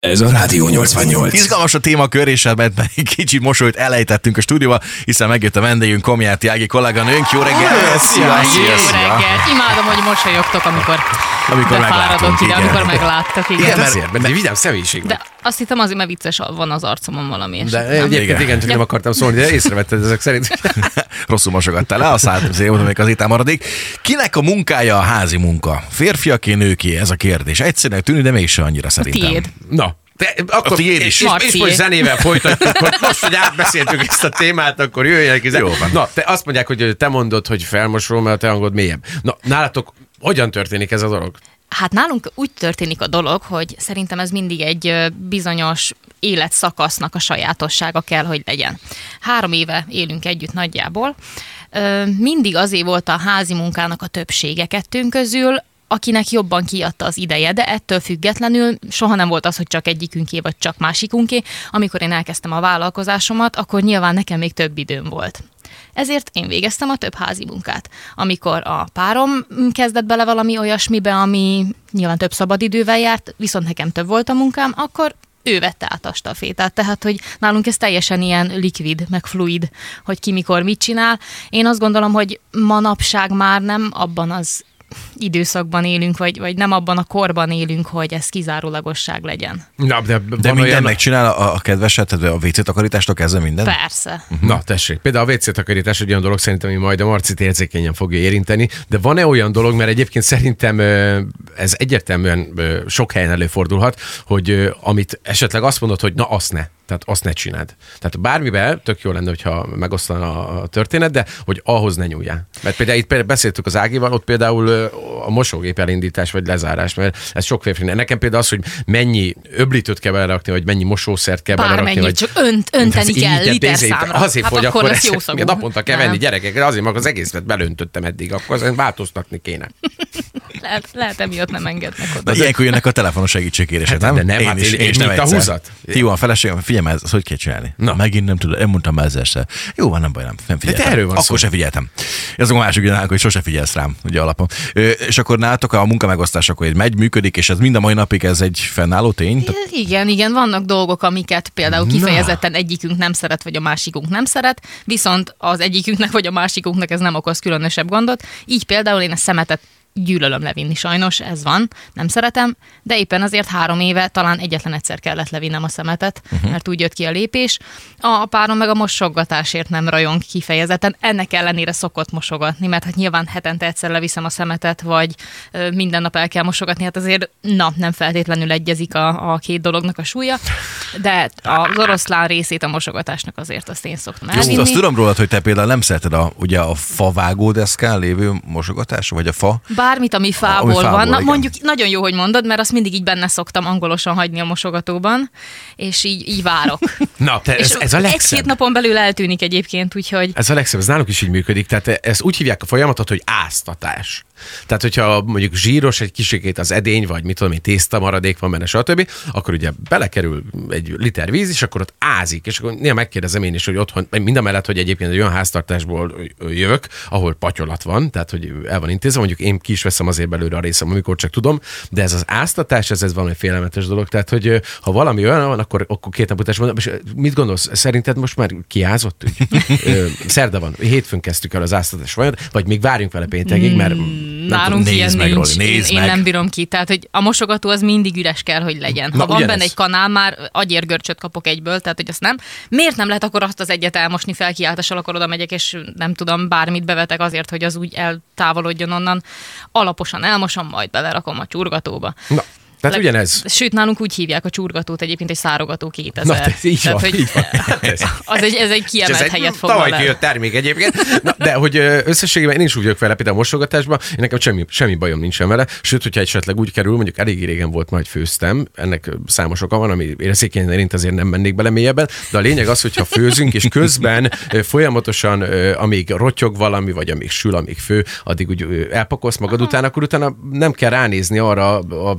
Ez a Rádió 88. Izgalmas a témakör, és ebben egy kicsit mosolyt elejtettünk a stúdióba, hiszen megjött a vendégünk, Komjáti Ági kolléganőnk. Jó reggelt! Szia! Jó reggelt! Imádom, hogy mosolyogtok, amikor befáradok ide, amikor megláttak. Igen, mert egy vidám személyiség. De azt hittem azért, mert vicces van az arcomon valami. De egyébként igen, csak nem akartam szólni, de észrevetted ezek szerint. Rosszul mosogattál le, a szálltam szépen, még az étel maradék. Kinek a munkája a házi munka? Férfiaké, nőké? Ez a kérdés. Egyszerűen tűnik, de mégsem annyira szerintem. Tiéd. Na. De akkor, a tiéd is. És most zenével folytatjuk, hogy most, hogy átbeszéltük ezt a témát, akkor jöjjenek ide. Jó van. Na, te azt mondják, hogy te mondod, hogy felmosról, mert a te hangod mélyebb. Na, nálatok hogyan történik ez a dolog? Hát nálunk úgy történik a dolog, hogy szerintem ez mindig egy bizonyos életszakasznak a sajátossága kell, hogy legyen. 3 éve élünk együtt nagyjából. Mindig azért volt a házi munkának a többsége kettőnk közül, akinek jobban kiadta az ideje, de ettől függetlenül soha nem volt az, hogy csak egyikünké, vagy csak másikunké. Amikor én elkezdtem a vállalkozásomat, akkor nyilván nekem még több időm volt. Ezért én végeztem a több házi munkát. Amikor a párom kezdett bele valami olyasmibe, ami nyilván több szabadidővel járt, viszont nekem több volt a munkám, akkor ő vette át a stafétát. Tehát, hogy nálunk ez teljesen ilyen likvid, meg fluid, hogy ki mikor mit csinál. Én azt gondolom, hogy manapság már nem abban az időszakban élünk, vagy nem abban a korban élünk, hogy ez kizárólagosság legyen. Na, de minden olyan... megcsinál a kedveset, tehát a WC takarítástól kezdve minden? Persze. Na, tessék. Például a WC takarítás egy olyan dolog szerintem, ami majd a Marcit érzékenyen fogja érinteni, de van-e olyan dolog, mert egyébként szerintem ez egyértelműen sok helyen előfordulhat, hogy amit esetleg azt mondod, hogy na azt ne. Tehát azt ne csináld. Tehát bármiben tök jó lenne, hogyha megosztana a történet, de hogy ahhoz ne nyúljál. Mert például itt beszéltük az Ágival, ott például a mosógép elindítás vagy lezárás, mert ez sok férfi. Nekem például az, hogy mennyi öblítőt kell belerakni, vagy mennyi mosószert kell belerakni. Vagy csak önteni kell literszámra. Azért hát fogy, akkor lesz jó szagú. Naponta kell venni gyerekekre, azért meg az egészet belöntöttem eddig, akkor azért változtatni kéne. Lehet emiatt nem engednek oda. De ilyenkor jönnek a telefonos segítségkérések, nem? De nem, én nem a húzat. Jó, a feleségem, figyelj, ezt hogy kell csinálni? Na. Megint nem tudom, én mondtam már ezzel. Jó, van, nem baj, nem figyeltem. De erről van akkor se figyeltem. Ez a másik ugyanállag, hogy sose figyelsz rám, ugye alapon. És akkor nálatok a munkamegosztás akkor megy, működik, és ez mind a mai napig ez egy fennálló tény? Igen, vannak dolgok, amiket például kifejezetten egyikünk nem szeret, vagy a másikunk nem szeret, viszont az egyikünknek vagy a másikunknak ez nem okoz különösebb gondot. Így például én a szemetet gyűlölöm levinni, sajnos, ez van, nem szeretem, de éppen azért 3 éve talán egyetlen egyszer kellett levinnem a szemetet, mert úgy jött ki a lépés. A párom meg a mosogatásért nem rajong kifejezetten, ennek ellenére szokott mosogatni, mert hát nyilván hetente egyszer leviszem a szemetet, vagy minden nap el kell mosogatni, hát azért nem feltétlenül egyezik a két dolognak a súlya, de az oroszlán részét a mosogatásnak azért azt én szoktam elvinni. Azt tudom rólad, hogy te például nem szereted a favágódeszkán lévő mosogatás, vagy a fa? Bármit, ami fából van. Na, igen. mondjuk nagyon jó, hogy mondod, mert azt mindig így benne szoktam angolosan hagyni a mosogatóban, és így várok. Na, ez a legszebb. 1-2 napon belül eltűnik egyébként, úgyhogy... Ez a legszebb, ez náluk is így működik. Tehát ezt úgy hívják a folyamatot, hogy áztatás. Tehát, hogyha mondjuk zsíros egy kicsikét az edény, vagy mit tudom én, tészta maradék van benne, stb., akkor ugye belekerül egy liter víz, és akkor ott ázik, és akkor néha megkérdezem én is, hogy otthon, mindamellett, hogy egyébként egy olyan háztartásból jövök, ahol patyolat van, tehát, hogy el van intézve, mondjuk én ki is veszem azért belőle a részem, amikor csak tudom, de ez az áztatás, ez valami félelmetes dolog, tehát, hogy ha valami olyan van, akkor 2 nap után mondom, és mit gondolsz, szerinted most már kiázott? Szerda van, hétfőn kezdtük el az áztatás folyamat, vagy még várjunk vele péntekig, mert nálunk ilyen nincs. Én nem bírom ki. Tehát, hogy a mosogató az mindig üres kell, hogy legyen. Ha van benne egy kanál, már agyérgörcsöt kapok egyből, tehát, hogy azt nem. Miért nem lehet akkor azt az egyet elmosni, felkiáltással, akkor oda megyek, és nem tudom, bármit bevetek azért, hogy az úgy eltávolodjon onnan. Alaposan elmosom, majd belerakom a csurgatóba. Na. Tehát ugyanez. Sőt, nálunk úgy hívják a csurgatót egyébként, egy szárogató 2000. Na, így van, tehát, így van. Ez egy kiemelt helyet foglal el. Tavaly kijött termék egyébként. Na, de hogy összességében én is úgy vagyok vele, például a mosogatásban, én nekem semmi bajom nincsen vele. Sőt, hogyha esetleg úgy kerül, mondjuk elég régen volt, majd főztem, ennek számos oka van, ami érzékenyen érint, azért nem mennék bele mélyebben, de a lényeg az, hogyha főzünk, és közben folyamatosan, amíg rottyog valami, vagy amíg sül, amíg fő, addig úgy elpakolsz magad után, akkor utána nem kell ránézni arra a világháború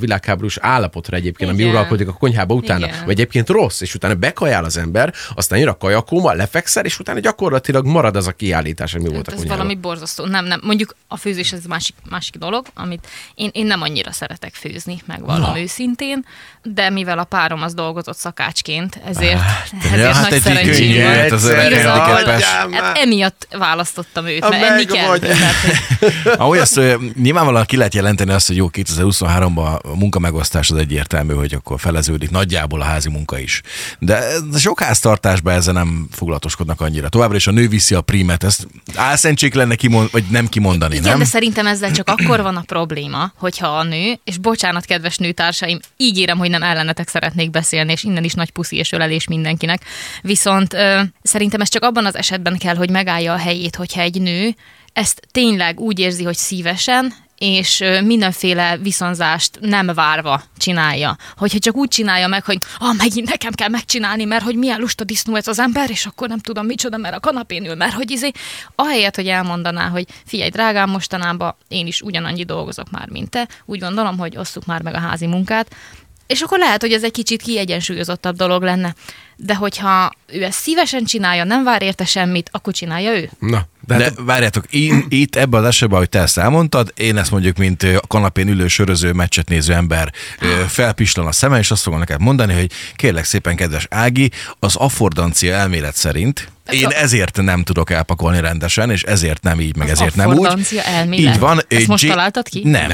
pszichologikus állapotra egyébként, ami Igen. uralkodik a konyhába utána, Igen. vagy egyébként rossz, és utána bekajál az ember, aztán jön a kajakóma, lefekszel, és utána gyakorlatilag marad az a kiállítás, ami volt a Ez konyhában. valami borzasztó. Nem. Mondjuk a főzés ez másik dolog, amit én nem annyira szeretek főzni, megvallom őszintén, de mivel a párom az dolgozott szakácsként, ezért hát nagy egy szerencsém könnyű, van. hát az Igazából handicapes. hát emiatt választottam őt, A mert enni kell. megvagy. Tehát, hogy Ahogy ezt nyilvánvalóan ki lehet jelenteni azt, hogy jó, 2023-ban a munkamegosztás az egyértelmű, hogy akkor feleződik nagyjából a házi munka is. De sok háztartásban ezzel nem foglalatoskodnak annyira. Továbbra is a nő viszi a prímet, ezt álszentség lenne vagy nem kimondani, igen, nem? de szerintem ezzel csak akkor van a probléma, hogyha a nő, és bocsánat, kedves nőtársaim, ígérem, hogy nem ellenetek szeretnék beszélni, és innen is nagy puszi és ölelés mindenkinek. Viszont szerintem ez csak abban az esetben kell, hogy megállja a helyét, hogyha egy nő ezt tényleg úgy érzi, hogy szívesen, és mindenféle viszonzást nem várva csinálja. Hogyha csak úgy csinálja meg, hogy megint nekem kell megcsinálni, mert hogy milyen lusta disznó ez az ember, és akkor nem tudom micsoda, mert a kanapén ül, mert hogy ahelyett, hogy elmondaná, hogy figyelj, drágám, mostanában én is ugyanannyi dolgozok már, mint te, úgy gondolom, hogy osszuk már meg a házi munkát, és akkor lehet, hogy ez egy kicsit kiegyensúlyozottabb dolog lenne. De hogyha ő ezt szívesen csinálja, nem vár érte semmit, akkor csinálja ő. Na, De várjátok, itt ebben az esetben, ahogy te ezt elmondtad, én ezt mondjuk, mint a kanapén ülő, söröző, meccset néző ember felpislan a szeme, és azt fogom neked mondani, hogy kérlek szépen, kedves Ági, az affordancia elmélet szerint én ezért nem tudok elpakolni rendesen, és ezért nem így, meg Az ezért nem úgy. affordancia elmélet? Így van. Ezt most találtad ki? Nem,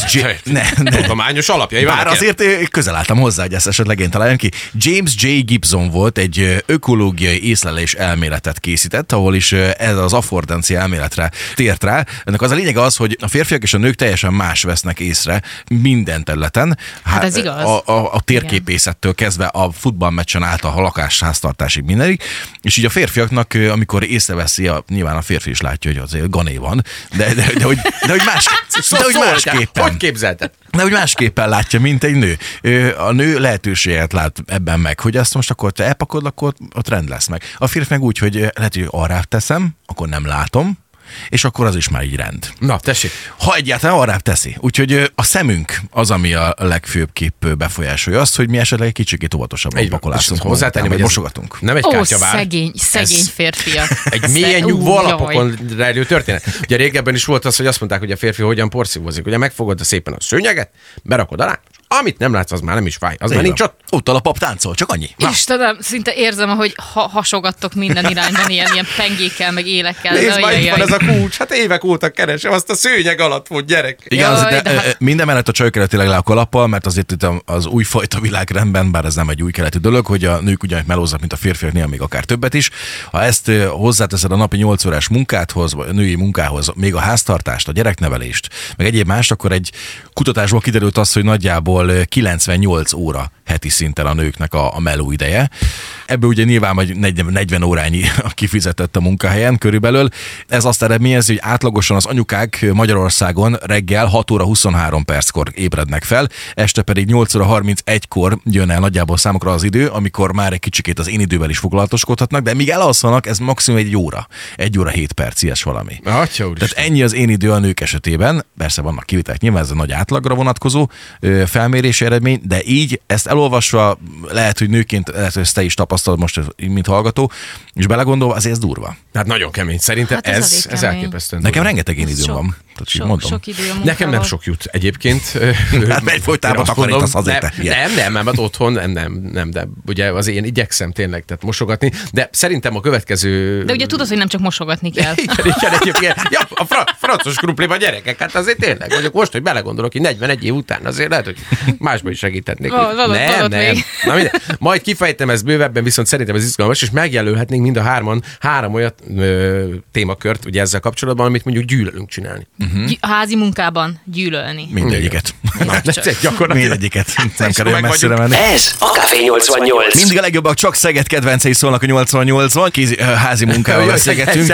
nem. tudományos alapjai Bár vannak. azért közel álltam hozzá, hogy ezt esetleg én találjam ki. James J. Gibson volt, egy ökológiai észlelés elméletet készített, ahol is ez az affordancia elméletre tért rá. Ennek az a lényeg az, hogy a férfiak és a nők teljesen más vesznek észre minden területen. Hát ez igaz. A térképészettől kezdve a futballmeccsen át a lakásháztartásig mindenig, és így a férfiaknak, amikor észreveszi, nyilván a férfi is látja, hogy azért gané van, de hogy másképpen. Hogy képzelted? De hogy másképpen látja, mint egy nő. A nő lehetőséget lát ebben meg, hogy azt most akkor te elpakodod, akkor ott rend lesz meg. A férfi meg úgy, hogy lehet, hogy arrább teszem, akkor nem látom, és akkor az is már így rend. Na, tessék. Ha egyáltalán arrább teszi. Úgyhogy a szemünk az, ami a legfőbb kép befolyásolja azt, hogy mi esetleg egy kicsikét óvatosabban pakolászunk, hozzátenni, hogy mosogatunk. Nem egy kártyavár. szegény férfiak. Egy mélyen nyugvó alapokon rejlő történet. Ugye régebben is volt az, hogy azt mondták, hogy a férfi hogyan porszívózik. Ugye megfogod szépen a szőnyeget, berakod alá, amit nem látsz, az már nem is fáj. Az már nincs ott. Ott a pap táncol, csak annyi. Istenem, szinte érzem, hogy hasogattok minden irányban ilyen pengékkel, meg élekkel. Nézd, már itt van ez a kulcs. Hát évek óta keresem, azt a szőnyeg alatt volt, gyerek. Igen, Jaj, de minden mellett a csajok keletileg le a kalappal, mert azért itt az újfajta világrendben, bár ez nem egy új keletű dolog, hogy a nők ugyanúgy melóznak, mint a férfiak, néha még akár többet is. Ha ezt hozzáteszed a napi 8 órás munkádhoz, vagy a női munkához, még a háztartást, a gyereknevelést, meg egyéb mást, akkor egy kutatásból kiderült az, hogy nagyjából 98 óra heti szinten a nőknek a meló ideje. Ebből ugye nyilván vagy 40 órányi kifizetett a munkahelyen körülbelül. Ez azt eredményezi, hogy átlagosan az anyukák Magyarországon reggel 6 óra 23 perckor ébrednek fel, este pedig 8 óra 31-kor jön el nagyjából számukra az idő, amikor már egy kicsikét az én idővel is foglalatoskodhatnak, de míg elalszanak, ez maximum 1 óra. 1 óra 7 perc, ilyes valami. Tehát ennyi az én idő a nők esetében. Persze vannak kivételek, nyilván ez a nagy átlagra vonatkozó felmérési eredmény, de így ezt elolvasva lehet, hogy nőként, lehet, hogy ezt te is tapasztalod most, mint hallgató, és belegondolva, azért ez durva. Hát nagyon kemény. Szerintem Hát ez elképesztően Nekem durva. rengeteg én időm van. Sok idő a munkával. Nekem nem sok jut egyébként. Egyfolytában takarítasz azért. Nem, mert otthon nem, de ugye azért én igyekszem tényleg, tehát mosogatni, de szerintem a következő... De ugye tudod, hogy nem csak mosogatni kell. Igen, egyébként. Ja, a francos krumpliba gyerekek, hát azért tényleg, mondjuk most, hogy belegondolok, hogy 41 év után azért lehet, hogy másban is segíthetnék. Nem. Na minden. Majd kifejtem ezt bővebben, viszont szerintem ez izgalmas, és megjelölhetnénk mind a hárman 3 olyan témakört, ugye ezzel kapcsolatban, amit mondjuk gyűlölünk csinálni. A házi munkában gyűlölni. Mindegyiket. Gyakorlatilag. Mindegyiket. Nem kell olyan messzire menni. Ez a Café 88. Mindig a legjobbak csak Szeged kedvencei szólnak a 88-ban. Házi munkával beszélgetünk.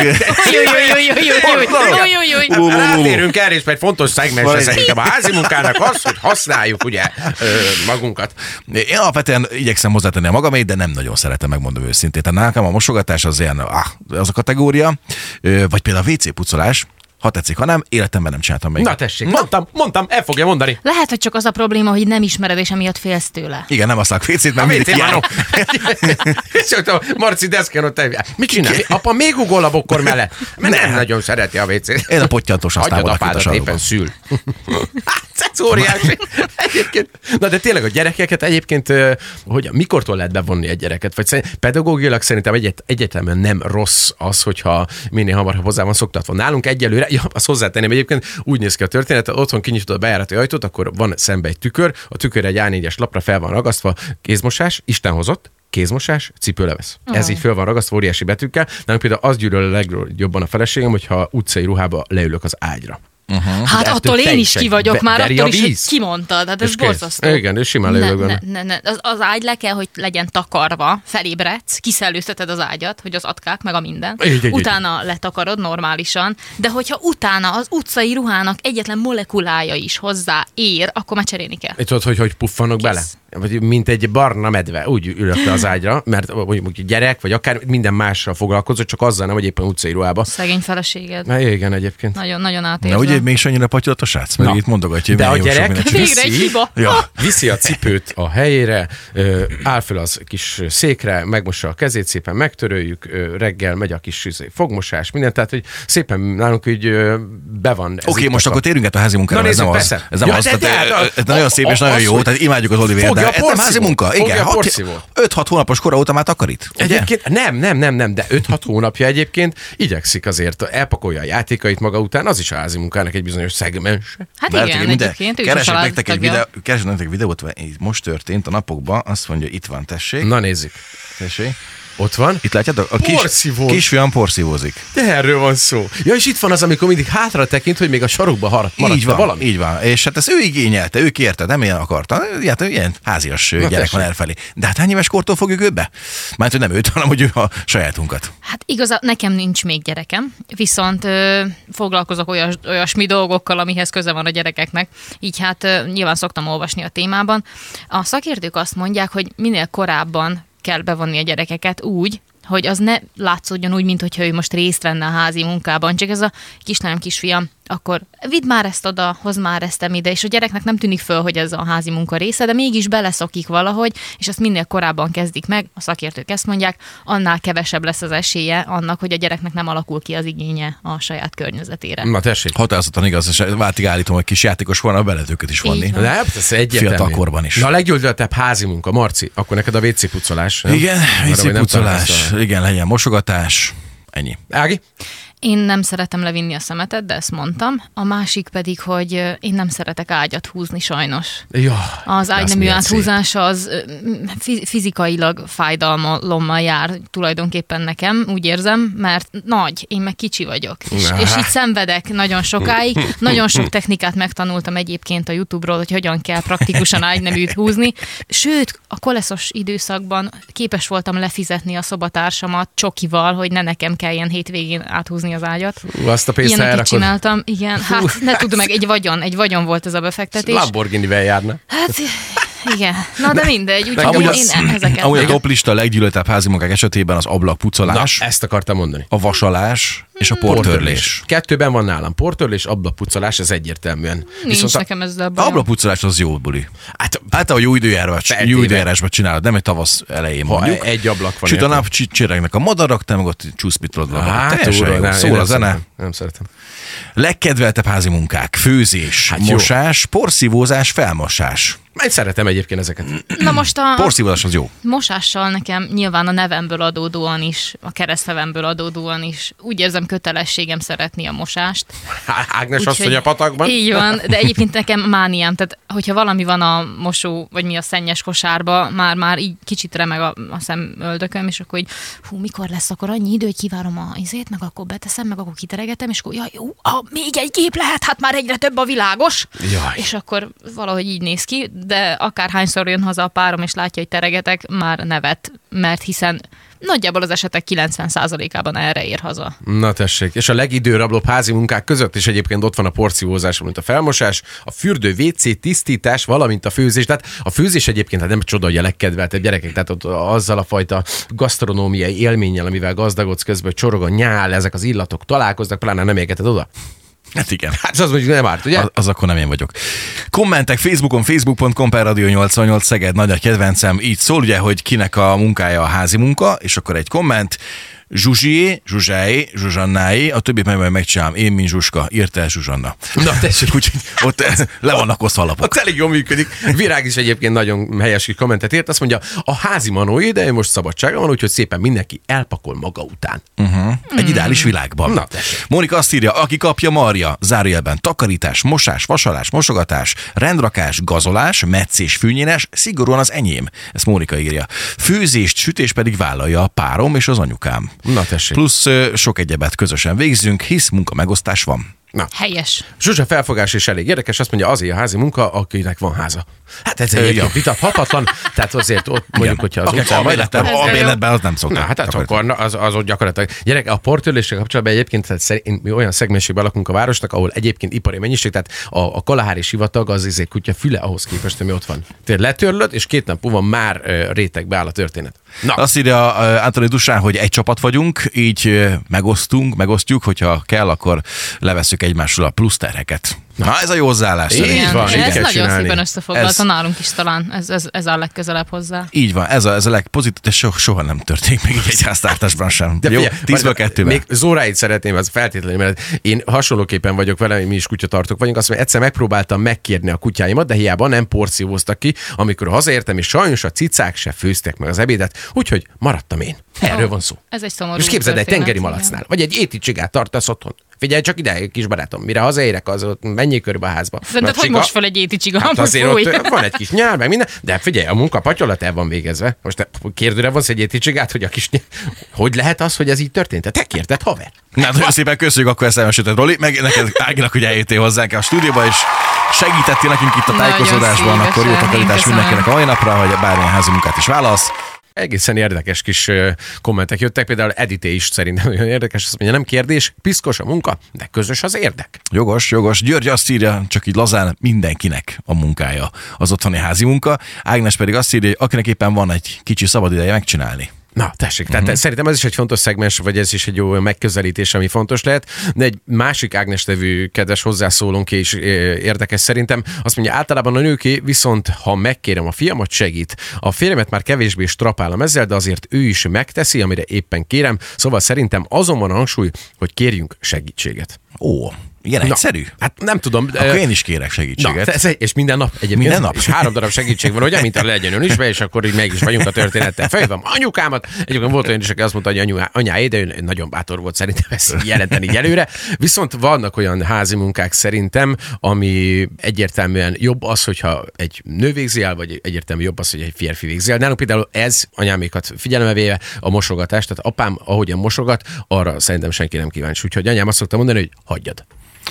Rátérünk el, és egy fontos szegmensre szerintem a házi munkának az, hogy használjuk ugye magunkat. Én alapvetően igyekszem hozzátenni a magamét, de nem nagyon szeretem, megmondom őszintén. Tehát nekem a mosogatás az ilyen, az a kategória, vagy például a WC pucolás. Ha tetszik, ha nem, életemben nem csináltam meg. Na tessék, mondtam, el fogja mondani. Lehet, hogy csak az a probléma, hogy nem ismered, és emiatt félsz tőle. Igen, nem használok WC-t, mert mindig járok. És a Marci deszken ott mit csinál? Apa még ugol a bokkor mellett. Mert nem nagyon szereti a WC-t. Én a pottyantós Hagyjad használom. apádat, éppen szül. Ez óriási. Egyébként. Na de tényleg a gyerekeket egyébként, hogy mikortól lehet bevonni egy gyereket? Vagy pedagógiailag szerintem egyértelműen nem rossz az, hogyha minél hamarabb hozzá van szoktatva. Nálunk egyelőre, azt hozzátenném egyébként, úgy néz ki a történet, otthon kinyitod a bejárati ajtót, akkor van szembe egy tükör, a tükör egy A4-es lapra fel van ragasztva, kézmosás, Isten hozott, kézmosás, cipőlevesz. Ez így föl van ragasztva óriási betűkkel. Nálunk például az gyűlöl a legjobban a feleségem, hogyha utcai ruhába leülök az ágyra. Hát attól én is ki vagyok már, attól is, hogy kimondtad. kimondtad. Hát ez borzasztó. Igen, és simán leülök benne. Ne. Az ágy le kell, hogy legyen takarva, felébredsz, kiszellőzteted az ágyat, hogy az atkák, meg a minden. Így. Utána letakarod normálisan, de hogyha utána az utcai ruhának egyetlen molekulája is hozzá ér, akkor már cserélni kell. És tudod, hogy puffanok bele? Vagy mint egy barna medve, úgy ülök le az ágyra, mert mondjuk gyerek, vagy akár minden mással foglalkozott, csak azzal nem, hogy éppen utcai ruhába. Szegény feleséged. Na, igen, egyébként. Nagyon átérzem. Na ugye mégis annyira pattyolott a srác, mert itt mondogatja. De a gyerek Végre egy hiba. viszi a cipőt a helyére, áll fel az kis székre, megmossa a kezét, szépen megtöröljük, reggel megy a kis fogmosás, minden, tehát hogy szépen nálunk úgy be van. Oké, most akkor térjünk át a házi munkára, ez nem az. Ez nem az, ez nagyon szép és nagyon jó, tehát imádjuk az Oliver, de ez nem házi munka. Igen, 5-6 hónapos kora óta már takarít. Egyébként nem, de 5-6 hónapja egyébként igyekszik azért, elpakolja a játékait maga után, az is a házi munkának egy bizonyos szegmense. Hát igen, egyébként ő is a keresek nektek videót, most történt a napokban, azt mondja, itt van, tessék. Na nézzük. Tessék. Ott van. Itt látjátok? A kisfiam porszívózik. De erről van szó. Ja, és itt van az, amikor mindig hátra tekint, hogy még a sarokba maradt valami. Így van. És hát ezt ő igényelte, ő kérte, nem ilyen akarta. Hát ilyen házias gyerek van elfelé. De hát hány éves kortól fogjuk őt be? Mert hogy nem őt, hanem hogy ő a sajátunkat. Hát igazán nekem nincs még gyerekem, viszont foglalkozok olyasmi dolgokkal, amihez köze van a gyerekeknek. Így hát nyilván szoktam olvasni a témában. A szakértők azt mondják, hogy minél korábban kell bevonni a gyerekeket úgy, hogy az ne látszódjon úgy, mintha ő most részt venne a házi munkában, csak ez a kislányom, kisfiam, akkor vidd már ezt oda, hozd már ezt ide, és a gyereknek nem tűnik föl, hogy ez a házi munka része, de mégis beleszokik valahogy, és ezt minél korábban kezdik meg, a szakértők ezt mondják, annál kevesebb lesz az esélye annak, hogy a gyereknek nem alakul ki az igénye a saját környezetére. Na tessék. Határozottan igaz, és váltig állítom, hogy kis játékos volna, be lehet őket is vonni. De ez egyértelmű. Fiatalkorban is. Na a leggyűlöletebb házi munka, Marci, akkor neked a WC pucolás. Nem? Igen, WC pucolás, igen, legyen mosogatás, ennyi. Ági? Én nem szeretem levinni a szemetet, de ezt mondtam. A másik pedig, hogy én nem szeretek ágyat húzni sajnos. Ja, az ágynemű áthúzása az fizikailag fájdalommal jár tulajdonképpen nekem, úgy érzem, mert nagy, én meg kicsi vagyok. És így szenvedek nagyon sokáig. Nagyon sok technikát megtanultam egyébként a YouTube-ról, hogy hogyan kell praktikusan ágyneműt húzni. Sőt, a koleszos időszakban képes voltam lefizetni a szobatársamat csokival, hogy ne nekem kelljen hétvégén áthúzni az ágyat. Azt a pénzt ilyeneket csináltam, igen. Hát ne tudom meg, egy vagyon volt ez a befektetés. Lamborghini-vel járna. Hát igen. Na de mindegy, úgyhogy én ezeket. Amúgy a toplista a leggyűlöletebb házi munkák esetében az ablakpucolás. Na, ezt akartam mondani. A vasalás és a portörlés. Kettőben van nálam. Portörlés, ablakpucolás, ez egyértelműen. Nincs nekem ezzel bajom. Ablakpucolás az jó buli. Hát a jó időjárásban csinálod, nem egy tavasz elején mondjuk. Egy ablak van. Süt a nap, csirregnek a madarak, te meg ott csúszpitlod van. Hát, szól a zene. Nem szeretem. Legkedveltebb házi munkák: főzés, mosás, porszívózás, felmosás. Én szeretem egyébként ezeket. Na most a porszívózás az jó. Mosással nekem nyilván a nevemből adódóan is, a keresztnevemből adódóan is úgy érzem kötelességem szeretni a mosást. Ágnes asszony a patakban. Így van, de egyébként nekem mániám, tehát hogyha valami van a mosó, vagy mi a szennyes kosárba, már így kicsit remeg a szemöldököm, és akkor így, mikor lesz akkor annyi idő, hogy kivárom a izét, meg akkor beteszem, meg akkor kiteregetem, és akkor még egy gép lehet, hát már egyre több a világos. Jaj. És akkor valahogy így néz ki, de akárhányszor jön haza a párom, és látja, hogy teregetek, már nevet, mert hiszen nagyjából az esetek 90%-ában erre ér haza. Na tessék, és a legidőrablóbb házi munkák között is egyébként ott van a porszívózás, mint a felmosás, a fürdő, WC tisztítás, valamint a főzés. Tehát a főzés egyébként hát nem csoda, hogy a legkedveltebb gyerekek, tehát ott azzal a fajta gasztronómiai élménnyel, amivel gazdagodsz közben, hogy csorog a nyál, ezek az illatok találkoznak, pláne nem égeted oda. Hát igen. Hát az mondjuk nem árt, ugye? Az akkor nem én vagyok. Kommentek Facebookon, facebook.com/radio88 Szeged, nagy a kedvencem, így szól ugye, hogy kinek a munkája a házi munka, és akkor egy komment, Zsuzsié, Zsuzsáé, Zsuzsannáé, a többit meg megcsinálom, én, mint Zsuska, írta el Zsuzsanna. Na tessék, Úgyhogy ott le vannak osztva a lapok. ott elég jól működik. Virág is egyébként nagyon helyes kis kommentet írt, azt mondja, a házi manóé, de most szabadsága van, úgyhogy szépen mindenki elpakol maga után. Egy ideális világban. Na, tessék. Mónika azt írja, aki kapja marja, zárójelben takarítás, mosás, vasalás, mosogatás, rendrakás, gazolás, meccés, fűnyírás, szigorúan az enyém. Ezt Mónika írja. Főzést, sütés pedig vállalja a párom és az anyukám. Na tessék. Plusz sok egyebet közösen végzünk, hisz munkamegosztás van. Na. Helyes. Zsuzsa felfogás is elég érdekes, azt mondja, azért a házi munka, akinek van háza. Hát ez egyébként vitathatatlan, tehát azért ott mondjuk, hogyha az utcán vagy, A béletben az nem szokta. na, hát akkor az ott gyakorlatilag. Gyerek, a portőrléssel kapcsolatban egyébként mi olyan szegmensségben lakunk a városnak, ahol egyébként ipari mennyiség, tehát a Kalahári sivatag az kutya füle ahhoz képest, ami ott van. Tehát letörlöd, és 2 nap múlva már rétegbe áll a történet. Na. Azt írja Antoni Dusán, hogy egy csapat vagyunk, így megosztjuk, hogyha kell, akkor levesszük egymásról a plusz terheket. Na, ez a jó hozzáállás. Így van, így ez kell nagyon csinálni. szépen összefoglalta nálunk is talán. Ez a legközelebb hozzá. Így van, ez a legpozitív, de soha nem történik meg így egy háztartásban sem. De jó, figyelj, 10-ből 2-ben. Még Zóráit szeretném, az feltétlenül, mert én hasonlóképpen vagyok vele, mi is kutyatartók vagyunk. Azt mondja, egyszer megpróbáltam megkérni a kutyáimat, de hiába nem porcióztak ki, amikor hazaértem, és sajnos a cicák se főztek meg az ebédet, úgyhogy maradtam én. Erről van szó. Ez egy szomorú És képzeld, egy történet, tengeri malacnál, vagy egy éticsigát tartasz otthon. Figyelj csak ide, kis barátom, mire hazaérek, az ott menjél körbe a házba. Szerinted, hogy most fel egy éticsiga? Hát azért ott van egy kis nyár, meg minden, de figyelj, a munka patyolat el van végezve. Most kérdőre vonsz egy éticsigát, hogy a kis hogy lehet az, hogy ez így történt? Te kérted, haver? Na, nagyon szépen köszönjük, akkor ezt elmesélted, Roli, meg neked Áginak, hogy eljöttél hozzánk a stúdióba, és segítettél nekünk itt a tájékozódásban, akkor jó takarítás mindenkinek a mai napra, hogy bármilyen házi munkát is válasz. Egészen érdekes kis kommentek jöttek, például Edité is szerintem nagyon érdekes, azt mondja, nem kérdés, piszkos a munka, de közös az érdek. Jogos. György azt írja, csak így lazán, mindenkinek a munkája az otthoni házi munka. Ágnes pedig azt írja, hogy akinek éppen van egy kicsi szabad ideje megcsinálni. Na, tessék, tehát szerintem ez is egy fontos szegmens, vagy ez is egy jó megközelítés, ami fontos lehet, de egy másik Ágnes nevű kedves hozzászólónk is érdekes szerintem. Azt mondja, általában a nőké, viszont ha megkérem a fiamat, segít. A férjemet már kevésbé strapálom ezzel, de azért ő is megteszi, amire éppen kérem. Szóval szerintem azon van a hangsúly, hogy kérjünk segítséget. Ó, igen, egyszerű? Hát nem tudom. Akkor én is kérek segítséget. Na, és minden nap egyébként. Minden nap? És 3 darab segítség van, ugye, mint a legyen ön is be, és akkor így meg is vagyunk a történettel. Felhívom anyukámat. Egyébként volt olyan is, aki azt mondta, hogy anyáé, de ő nagyon bátor volt szerintem ezt jelenteni így előre. Viszont vannak olyan házi munkák szerintem, ami egyértelműen jobb az, hogyha egy nő végzi el, vagy egyértelműen jobb az, hogy egy férfi végzi el. Nálunk például ez anyámékat figyelembe véve a mosogatás, tehát apám, ahogyan mosogat, arra szerintem senki nem kíváncsi. Úgyhogy anyám azt szokta mondani, hogy hagyjad.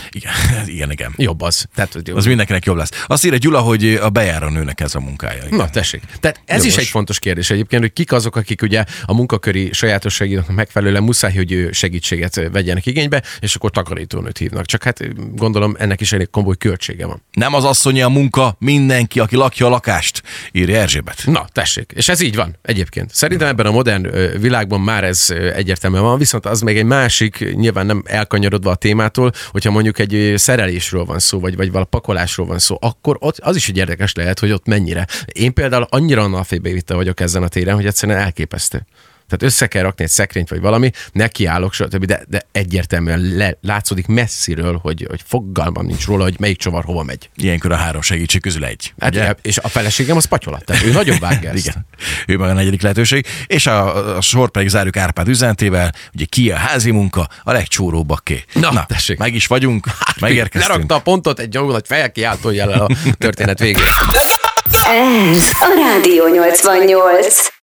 Igen. Jobb az. Tehát, az mindenkinek jobb lesz. Azt írja Gyula, hogy a bejáró nőnek ez a munkája. Igen. Na, tessék. Tehát ez Jogos. is egy fontos kérdés egyébként, hogy kik azok, akik ugye a munkaköri sajátosságnak megfelelően muszáj, hogy segítséget vegyenek igénybe, és akkor takarítónőt hívnak. Csak hát gondolom ennek is elég komoly költsége van. Nem az asszonyi a munka, mindenki, aki lakja a lakást, írja Erzsébet. Na, tessék. És ez így van egyébként. Szerintem ebben a modern világban már ez egyértelműen van, viszont az még egy másik, nyilván nem elkanyarodva a témától, hogyha mondjuk egy szerelésről van szó, vagy valami pakolásról van szó, akkor ott az is egy érdekes lehet, hogy ott mennyire. Én például annyira analfabeta vagyok ezen a téren, hogy egyszerűen elképesztő. Tehát össze kell rakni egy szekrényt, vagy valami, nekiállok, stb. De egyértelműen látszódik messziről, hogy fogalmam nincs róla, hogy melyik csavar hova megy. Ilyenkor a 3 segítség közül egy. Hát, és a feleségem az patyolat, tehát ő nagyon vágja ezt. Igen. Ő meg a 4. lehetőség. És a sor pedig zárjuk Árpád üzenetével, ugye ki a házi munka, a legcsóróbbaké. Na, tessék. Meg is vagyunk, megérkeztünk. Lerakta a pontot egy jó nagy felkiáltó jellel a történet végén. Ez a Rádió 88.